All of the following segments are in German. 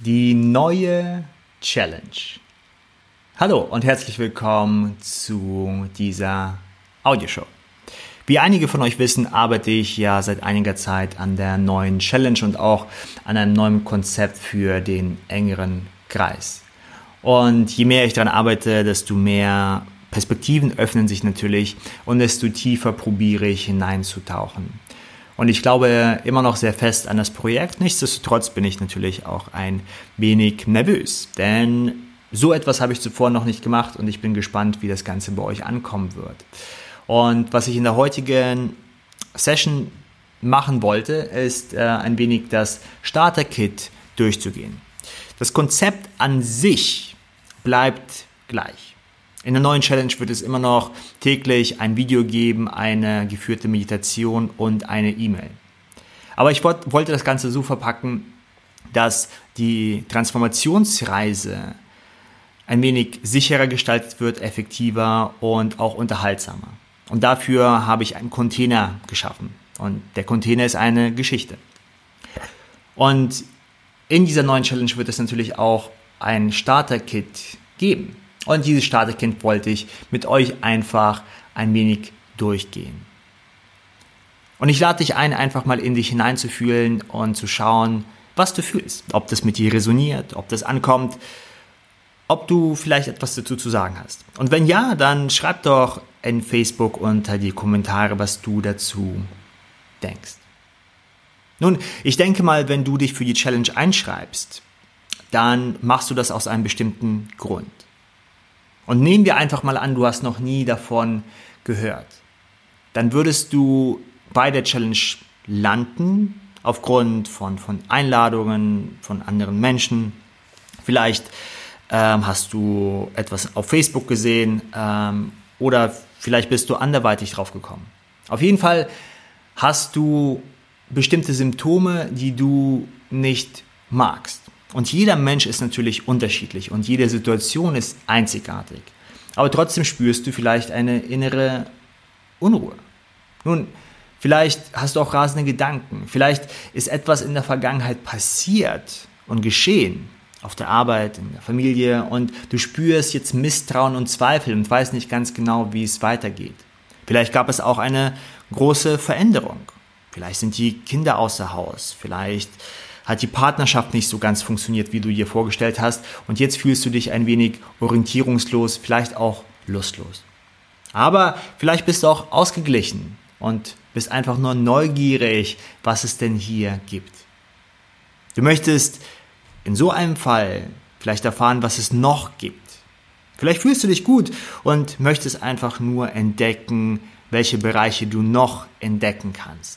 Die neue Challenge. Hallo und herzlich willkommen zu dieser Audioshow. Wie einige von euch wissen, arbeite ich ja seit einiger Zeit an der neuen Challenge und auch an einem neuen Konzept für den engeren Kreis. Und je mehr ich daran arbeite, desto mehr Perspektiven öffnen sich natürlich und desto tiefer probiere ich hineinzutauchen. Und ich glaube immer noch sehr fest an das Projekt. Nichtsdestotrotz bin ich natürlich auch ein wenig nervös, denn so etwas habe ich zuvor noch nicht gemacht und ich bin gespannt, wie das Ganze bei euch ankommen wird. Und was ich in der heutigen Session machen wollte, ist ein wenig das Starter-Kit durchzugehen. Das Konzept an sich bleibt gleich. In der neuen Challenge wird es immer noch täglich ein Video geben, eine geführte Meditation und eine E-Mail. Aber ich wollte das Ganze so verpacken, dass die Transformationsreise ein wenig sicherer gestaltet wird, effektiver und auch unterhaltsamer. Und dafür habe ich einen Container geschaffen. Und der Container ist eine Geschichte. Und in dieser neuen Challenge wird es natürlich auch ein Starter-Kit geben. Und dieses Starter-Kit wollte ich mit euch einfach ein wenig durchgehen. Und ich lade dich ein, einfach mal in dich hineinzufühlen und zu schauen, was du fühlst. Ob das mit dir resoniert, ob das ankommt, ob du vielleicht etwas dazu zu sagen hast. Und wenn ja, dann schreib doch in Facebook unter die Kommentare, was du dazu denkst. Nun, ich denke mal, wenn du dich für die Challenge einschreibst, dann machst du das aus einem bestimmten Grund. Und nehmen wir einfach mal an, du hast noch nie davon gehört. Dann würdest du bei der Challenge landen, aufgrund von Einladungen von anderen Menschen. Vielleicht hast du etwas auf Facebook gesehen oder vielleicht bist du anderweitig drauf gekommen. Auf jeden Fall hast du bestimmte Symptome, die du nicht magst. Und jeder Mensch ist natürlich unterschiedlich und jede Situation ist einzigartig. Aber trotzdem spürst du vielleicht eine innere Unruhe. Nun, vielleicht hast du auch rasende Gedanken. Vielleicht ist etwas in der Vergangenheit passiert und geschehen. Auf der Arbeit, in der Familie. Und du spürst jetzt Misstrauen und Zweifel und weißt nicht ganz genau, wie es weitergeht. Vielleicht gab es auch eine große Veränderung. Vielleicht sind die Kinder außer Haus. Vielleicht hat die Partnerschaft nicht so ganz funktioniert, wie du dir vorgestellt hast und jetzt fühlst du dich ein wenig orientierungslos, vielleicht auch lustlos. Aber vielleicht bist du auch ausgeglichen und bist einfach nur neugierig, was es denn hier gibt. Du möchtest in so einem Fall vielleicht erfahren, was es noch gibt. Vielleicht fühlst du dich gut und möchtest einfach nur entdecken, welche Bereiche du noch entdecken kannst.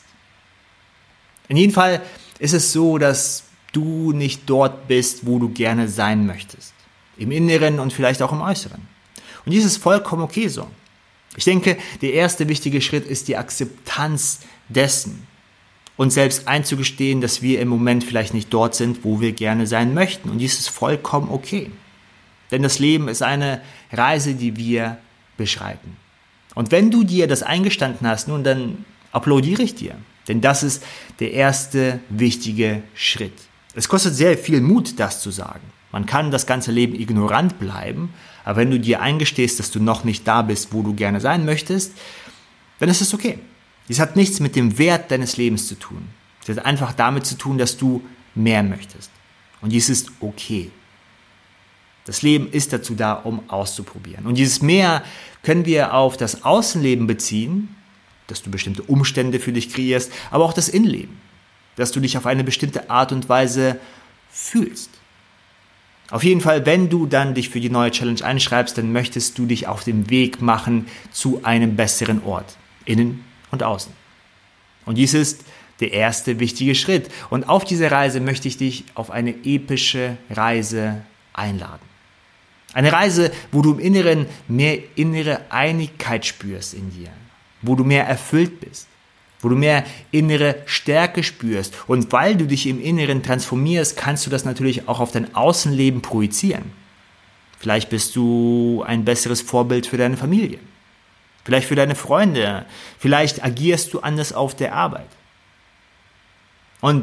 In jedem Fall ist es so, dass du nicht dort bist, wo du gerne sein möchtest. Im Inneren und vielleicht auch im Äußeren. Und dies ist vollkommen okay so. Ich denke, der erste wichtige Schritt ist die Akzeptanz dessen. Uns selbst einzugestehen, dass wir im Moment vielleicht nicht dort sind, wo wir gerne sein möchten. Und dies ist vollkommen okay. Denn das Leben ist eine Reise, die wir beschreiten. Und wenn du dir das eingestanden hast, nun dann applaudiere ich dir. Denn das ist der erste wichtige Schritt. Es kostet sehr viel Mut, das zu sagen. Man kann das ganze Leben ignorant bleiben, aber wenn du dir eingestehst, dass du noch nicht da bist, wo du gerne sein möchtest, dann ist es okay. Dies hat nichts mit dem Wert deines Lebens zu tun. Es hat einfach damit zu tun, dass du mehr möchtest. Und dies ist okay. Das Leben ist dazu da, um auszuprobieren. Und dieses Mehr können wir auf das Außenleben beziehen, dass du bestimmte Umstände für dich kreierst, aber auch das Innenleben, dass du dich auf eine bestimmte Art und Weise fühlst. Auf jeden Fall, wenn du dann dich für die neue Challenge einschreibst, dann möchtest du dich auf den Weg machen zu einem besseren Ort, innen und außen. Und dies ist der erste wichtige Schritt. Und auf dieser Reise möchte ich dich auf eine epische Reise einladen. Eine Reise, wo du im Inneren mehr innere Einigkeit spürst in dir, wo du mehr erfüllt bist, wo du mehr innere Stärke spürst. Und weil du dich im Inneren transformierst, kannst du das natürlich auch auf dein Außenleben projizieren. Vielleicht bist du ein besseres Vorbild für deine Familie, vielleicht für deine Freunde, vielleicht agierst du anders auf der Arbeit. Und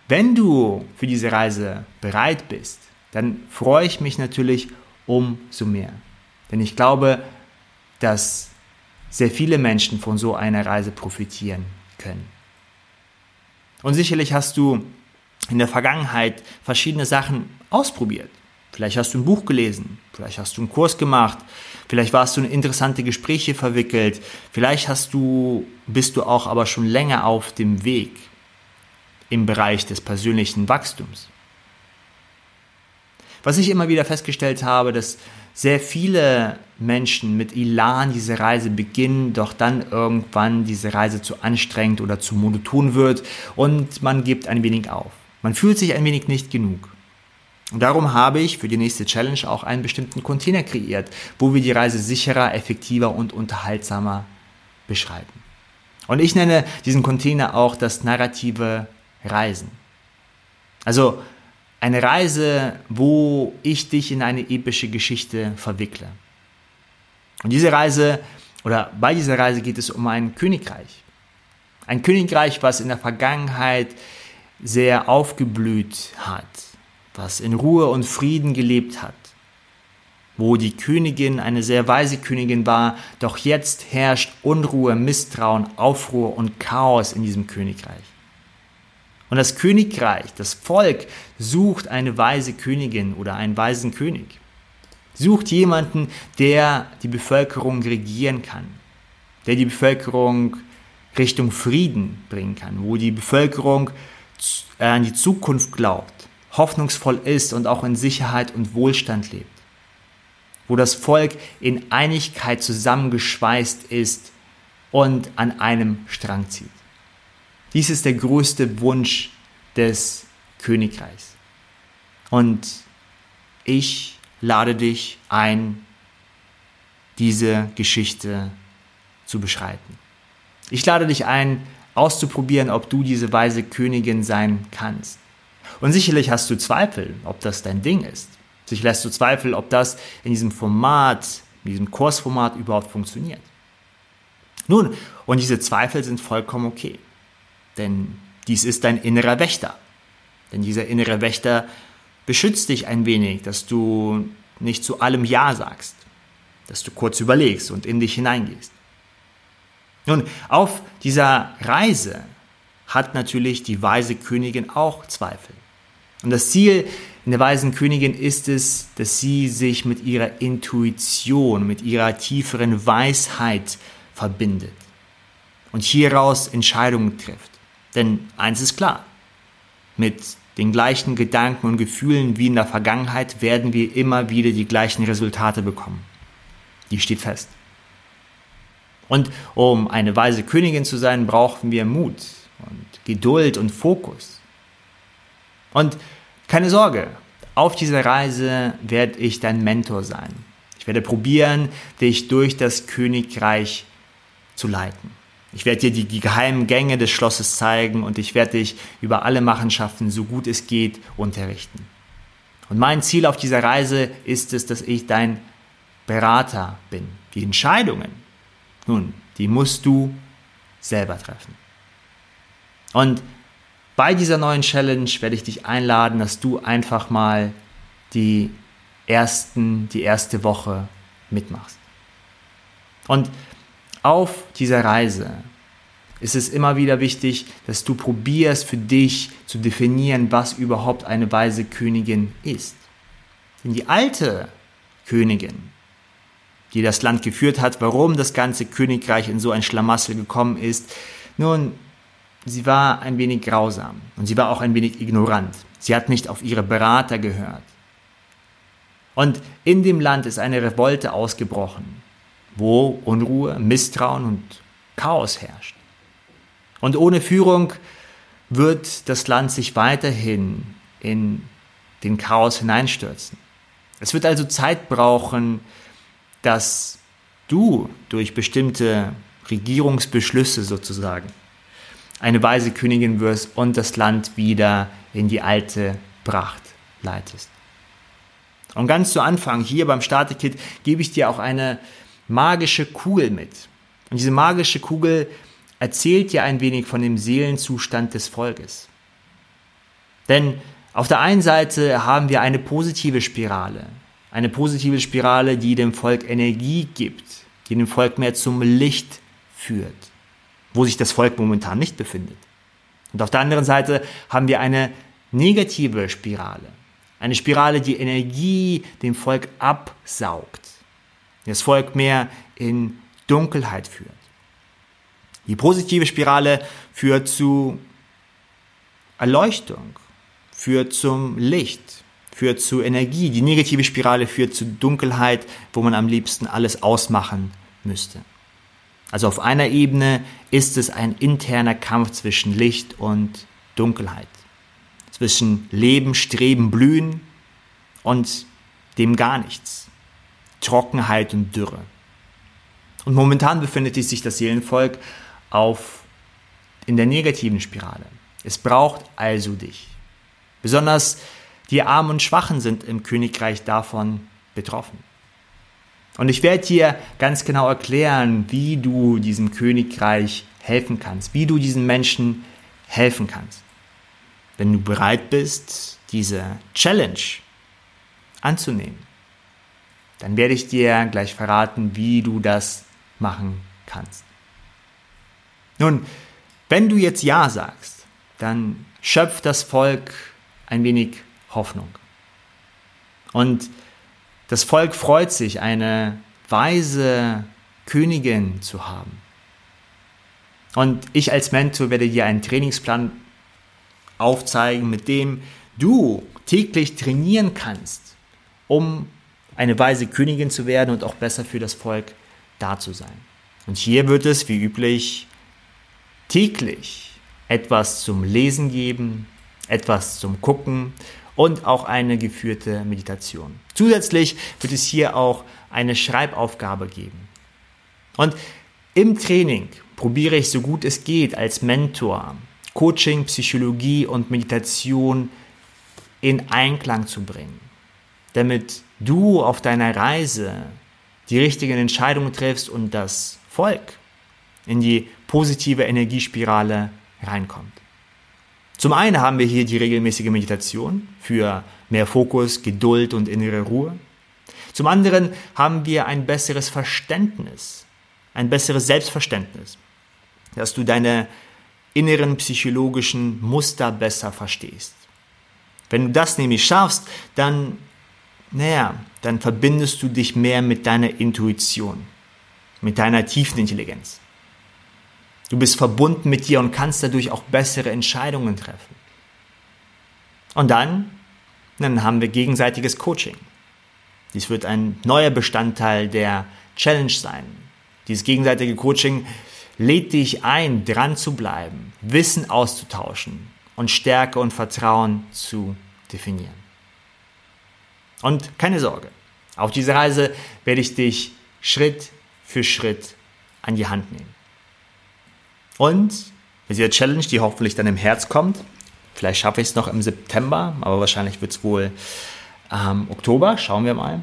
Wenn du für diese Reise bereit bist, dann freue ich mich natürlich umso mehr. Denn ich glaube, dass sehr viele Menschen von so einer Reise profitieren können. Und sicherlich hast du in der Vergangenheit verschiedene Sachen ausprobiert. Vielleicht hast du ein Buch gelesen, vielleicht hast du einen Kurs gemacht, vielleicht warst du in interessante Gespräche verwickelt, vielleicht bist du auch aber schon länger auf dem Weg im Bereich des persönlichen Wachstums. Was ich immer wieder festgestellt habe, dass sehr viele Menschen mit Elan diese Reise beginnen, doch dann irgendwann diese Reise zu anstrengend oder zu monoton wird und man gibt ein wenig auf. Man fühlt sich ein wenig nicht genug. Und darum habe ich für die nächste Challenge auch einen bestimmten Container kreiert, wo wir die Reise sicherer, effektiver und unterhaltsamer beschreiben. Und ich nenne diesen Container auch das narrative Reisen. Also eine Reise, wo ich dich in eine epische Geschichte verwickle. Und bei dieser Reise geht es um ein Königreich. Ein Königreich, was in der Vergangenheit sehr aufgeblüht hat, was in Ruhe und Frieden gelebt hat, wo die Königin eine sehr weise Königin war, doch jetzt herrscht Unruhe, Misstrauen, Aufruhr und Chaos in diesem Königreich. Und das Königreich, das Volk sucht eine weise Königin oder einen weisen König. Sucht jemanden, der die Bevölkerung regieren kann, der die Bevölkerung Richtung Frieden bringen kann, wo die Bevölkerung an die Zukunft glaubt, hoffnungsvoll ist und auch in Sicherheit und Wohlstand lebt. Wo das Volk in Einigkeit zusammengeschweißt ist und an einem Strang zieht. Dies ist der größte Wunsch des Königreichs. Und ich lade dich ein, diese Geschichte zu beschreiten. Ich lade dich ein, auszuprobieren, ob du diese weise Königin sein kannst. Und sicherlich hast du Zweifel, ob das dein Ding ist. Sicherlich hast du Zweifel, ob das in diesem Format, in diesem Kursformat überhaupt funktioniert. Nun, und diese Zweifel sind vollkommen okay. Denn dies ist dein innerer Wächter. Denn dieser innere Wächter beschützt dich ein wenig, dass du nicht zu allem Ja sagst, dass du kurz überlegst und in dich hineingehst. Nun, auf dieser Reise hat natürlich die weise Königin auch Zweifel. Und das Ziel in der weisen Königin ist es, dass sie sich mit ihrer Intuition, mit ihrer tieferen Weisheit verbindet und hieraus Entscheidungen trifft. Denn eins ist klar, mit den gleichen Gedanken und Gefühlen wie in der Vergangenheit werden wir immer wieder die gleichen Resultate bekommen. Die steht fest. Und um eine weise Königin zu sein, brauchen wir Mut und Geduld und Fokus. Und keine Sorge, auf dieser Reise werde ich dein Mentor sein. Ich werde probieren, dich durch das Königreich zu leiten. Ich werde dir die geheimen Gänge des Schlosses zeigen und ich werde dich über alle Machenschaften, so gut es geht, unterrichten. Und mein Ziel auf dieser Reise ist es, dass ich dein Berater bin. Die Entscheidungen, nun, die musst du selber treffen. Und bei dieser neuen Challenge werde ich dich einladen, dass du einfach mal die erste Woche mitmachst. Und auf dieser Reise ist es immer wieder wichtig, dass du probierst für dich zu definieren, was überhaupt eine weise Königin ist. Denn die alte Königin, die das Land geführt hat, warum das ganze Königreich in so ein Schlamassel gekommen ist, nun, sie war ein wenig grausam und sie war auch ein wenig ignorant. Sie hat nicht auf ihre Berater gehört. Und in dem Land ist eine Revolte ausgebrochen, wo Unruhe, Misstrauen und Chaos herrscht. Und ohne Führung wird das Land sich weiterhin in den Chaos hineinstürzen. Es wird also Zeit brauchen, dass du durch bestimmte Regierungsbeschlüsse sozusagen eine weise Königin wirst und das Land wieder in die alte Pracht leitest. Und ganz zu Anfang, hier beim Starter-Kit, gebe ich dir auch eine magische Kugel mit. Und diese magische Kugel erzählt dir ein wenig von dem Seelenzustand des Volkes. Denn auf der einen Seite haben wir eine positive Spirale, die dem Volk Energie gibt, die dem Volk mehr zum Licht führt, wo sich das Volk momentan nicht befindet. Und auf der anderen Seite haben wir eine negative Spirale, eine Spirale, die Energie dem Volk absaugt, das Volk mehr in Dunkelheit führt. Die positive Spirale führt zu Erleuchtung, führt zum Licht, führt zu Energie. Die negative Spirale führt zu Dunkelheit, wo man am liebsten alles ausmachen müsste. Also auf einer Ebene ist es ein interner Kampf zwischen Licht und Dunkelheit, zwischen Leben, Streben, Blühen und dem gar nichts, Trockenheit und Dürre. Und momentan befindet sich das Seelenvolk in der negativen Spirale. Es braucht also dich. Besonders die Armen und Schwachen sind im Königreich davon betroffen. Und ich werde dir ganz genau erklären, wie du diesem Königreich helfen kannst, wie du diesen Menschen helfen kannst. Wenn du bereit bist, diese Challenge anzunehmen, dann werde ich dir gleich verraten, wie du das machen kannst. Nun, wenn du jetzt Ja sagst, dann schöpft das Volk ein wenig Hoffnung. Und das Volk freut sich, eine weise Königin zu haben. Und ich als Mentor werde dir einen Trainingsplan aufzeigen, mit dem du täglich trainieren kannst, um eine weise Königin zu werden und auch besser für das Volk da zu sein. Und hier wird es, wie üblich, täglich etwas zum Lesen geben, etwas zum Gucken und auch eine geführte Meditation. Zusätzlich wird es hier auch eine Schreibaufgabe geben. Und im Training probiere ich, so gut es geht, als Mentor Coaching, Psychologie und Meditation in Einklang zu bringen, damit du auf deiner Reise die richtigen Entscheidungen triffst und das Volk in die positive Energiespirale reinkommt. Zum einen haben wir hier die regelmäßige Meditation für mehr Fokus, Geduld und innere Ruhe. Zum anderen haben wir ein besseres Verständnis, ein besseres Selbstverständnis, dass du deine inneren psychologischen Muster besser verstehst. Wenn du das nämlich schaffst, dann verbindest du dich mehr mit deiner Intuition, mit deiner tiefen Intelligenz. Du bist verbunden mit dir und kannst dadurch auch bessere Entscheidungen treffen. Und dann haben wir gegenseitiges Coaching. Dies wird ein neuer Bestandteil der Challenge sein. Dieses gegenseitige Coaching lädt dich ein, dran zu bleiben, Wissen auszutauschen und Stärke und Vertrauen zu definieren. Und keine Sorge, auf dieser Reise werde ich dich Schritt für Schritt an die Hand nehmen. Und mit dieser Challenge, die hoffentlich dann im Herbst kommt, vielleicht schaffe ich es noch im September, aber wahrscheinlich wird es wohl Oktober, schauen wir mal.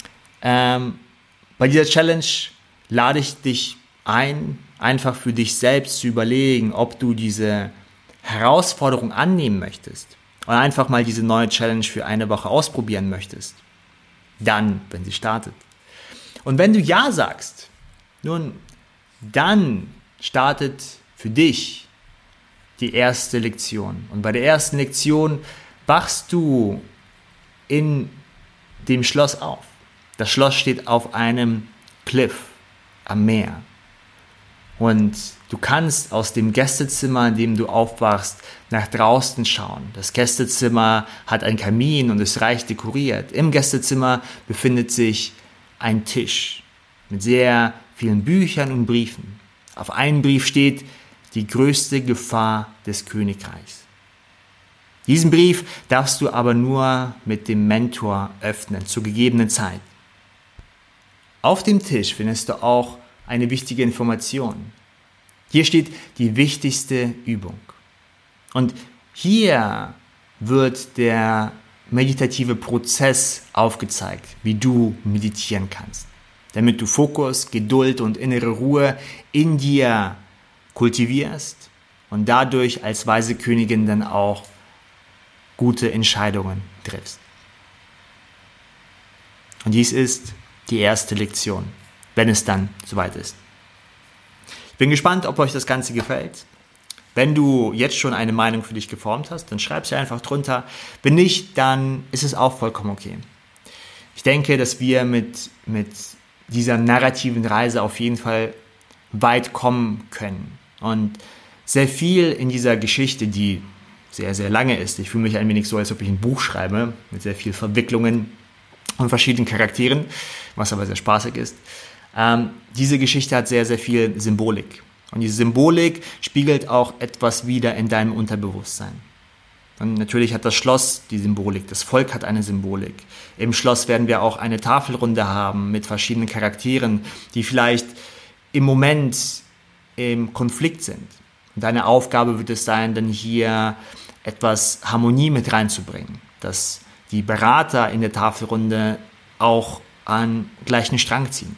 Bei dieser Challenge lade ich dich ein, einfach für dich selbst zu überlegen, ob du diese Herausforderung annehmen möchtest und einfach mal diese neue Challenge für eine Woche ausprobieren möchtest. Dann, wenn sie startet. Und wenn du Ja sagst, nun, dann startet für dich die erste Lektion. Und bei der ersten Lektion wachst du in dem Schloss auf. Das Schloss steht auf einem Cliff am Meer. Und du kannst aus dem Gästezimmer, in dem du aufwachst, nach draußen schauen. Das Gästezimmer hat einen Kamin und ist reich dekoriert. Im Gästezimmer befindet sich ein Tisch mit sehr vielen Büchern und Briefen. Auf einem Brief steht: die größte Gefahr des Königreichs. Diesen Brief darfst du aber nur mit dem Mentor öffnen, zur gegebenen Zeit. Auf dem Tisch findest du auch eine wichtige Information. Hier steht die wichtigste Übung. Und hier wird der meditative Prozess aufgezeigt, wie du meditieren kannst, damit du Fokus, Geduld und innere Ruhe in dir kultivierst und dadurch als weise Königin dann auch gute Entscheidungen triffst. Und dies ist die erste Lektion, wenn es dann soweit ist. Ich bin gespannt, ob euch das Ganze gefällt. Wenn du jetzt schon eine Meinung für dich geformt hast, dann schreib sie einfach drunter. Wenn nicht, dann ist es auch vollkommen okay. Ich denke, dass wir mit dieser narrativen Reise auf jeden Fall weit kommen können. Und sehr viel in dieser Geschichte, die sehr, sehr lange ist. Ich fühle mich ein wenig so, als ob ich ein Buch schreibe, mit sehr vielen Verwicklungen und verschiedenen Charakteren, was aber sehr spaßig ist. Diese Geschichte hat sehr, sehr viel Symbolik. Und diese Symbolik spiegelt auch etwas wider in deinem Unterbewusstsein. Und natürlich hat das Schloss die Symbolik, das Volk hat eine Symbolik. Im Schloss werden wir auch eine Tafelrunde haben mit verschiedenen Charakteren, die vielleicht im Moment im Konflikt sind. Und deine Aufgabe wird es sein, dann hier etwas Harmonie mit reinzubringen, dass die Berater in der Tafelrunde auch an gleichen Strang ziehen.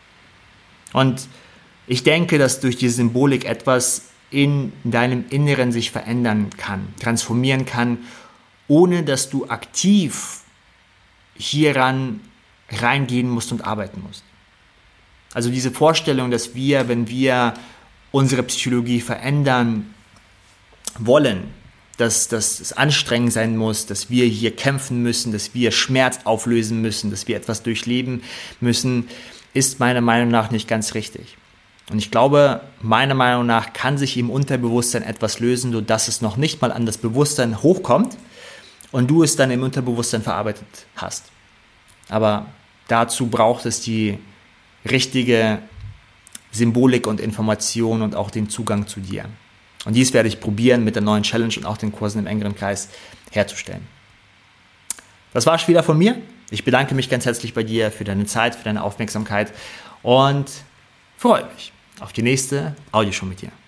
Und ich denke, dass durch die Symbolik etwas in deinem Inneren sich verändern kann, transformieren kann, ohne dass du aktiv hieran reingehen musst und arbeiten musst. Also diese Vorstellung, dass wir, wenn wir unsere Psychologie verändern wollen, dass es anstrengend sein muss, dass wir hier kämpfen müssen, dass wir Schmerz auflösen müssen, dass wir etwas durchleben müssen, ist meiner Meinung nach nicht ganz richtig. Und ich glaube, meiner Meinung nach kann sich im Unterbewusstsein etwas lösen, sodass es noch nicht mal an das Bewusstsein hochkommt und du es dann im Unterbewusstsein verarbeitet hast. Aber dazu braucht es die richtige Symbolik und Information und auch den Zugang zu dir. Und dies werde ich probieren mit der neuen Challenge und auch den Kursen im engeren Kreis herzustellen. Das war es wieder von mir. Ich bedanke mich ganz herzlich bei dir für deine Zeit, für deine Aufmerksamkeit und freue mich auf die nächste Audioshow mit dir.